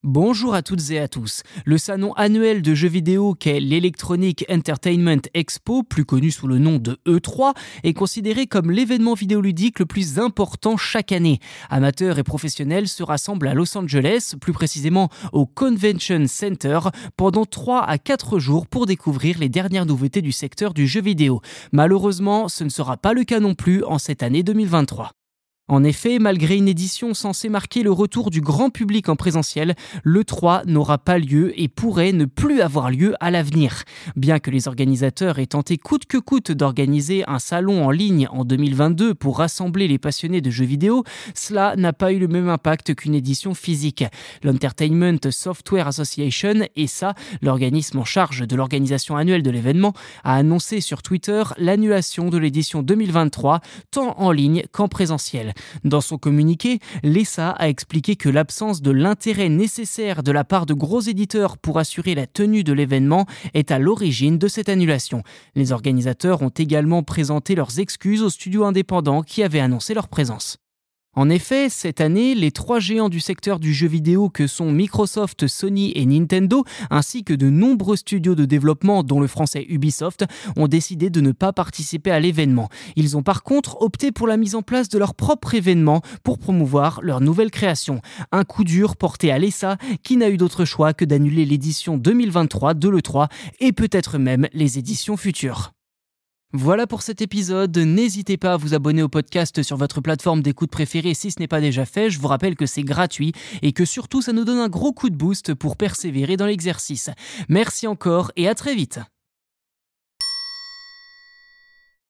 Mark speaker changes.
Speaker 1: Bonjour à toutes et à tous. Le salon annuel de jeux vidéo qu'est l'Electronic Entertainment Expo, plus connu sous le nom de E3, est considéré comme l'événement vidéoludique le plus important chaque année. Amateurs et professionnels se rassemblent à Los Angeles, plus précisément au Convention Center, pendant 3 à 4 jours pour découvrir les dernières nouveautés du secteur du jeu vidéo. Malheureusement, ce ne sera pas le cas non plus en cette année 2023. En effet, malgré une édition censée marquer le retour du grand public en présentiel, l'E3 n'aura pas lieu et pourrait ne plus avoir lieu à l'avenir. Bien que les organisateurs aient tenté coûte que coûte d'organiser un salon en ligne en 2022 pour rassembler les passionnés de jeux vidéo, cela n'a pas eu le même impact qu'une édition physique. L'Entertainment Software Association, ESA, l'organisme en charge de l'organisation annuelle de l'événement, a annoncé sur Twitter l'annulation de l'édition 2023, tant en ligne qu'en présentiel. Dans son communiqué, l'ESA a expliqué que l'absence de l'intérêt nécessaire de la part de gros éditeurs pour assurer la tenue de l'événement est à l'origine de cette annulation. Les organisateurs ont également présenté leurs excuses aux studios indépendants qui avaient annoncé leur présence. En effet, cette année, les 3 géants du secteur du jeu vidéo que sont Microsoft, Sony et Nintendo, ainsi que de nombreux studios de développement dont le français Ubisoft, ont décidé de ne pas participer à l'événement. Ils ont par contre opté pour la mise en place de leur propre événement pour promouvoir leur nouvelle création. Un coup dur porté à l'ESA qui n'a eu d'autre choix que d'annuler l'édition 2023 de l'E3 et peut-être même les éditions futures. Voilà pour cet épisode, n'hésitez pas à vous abonner au podcast sur votre plateforme d'écoute préférée si ce n'est pas déjà fait, je vous rappelle que c'est gratuit et que surtout ça nous donne un gros coup de boost pour persévérer dans l'exercice. Merci encore et à très vite.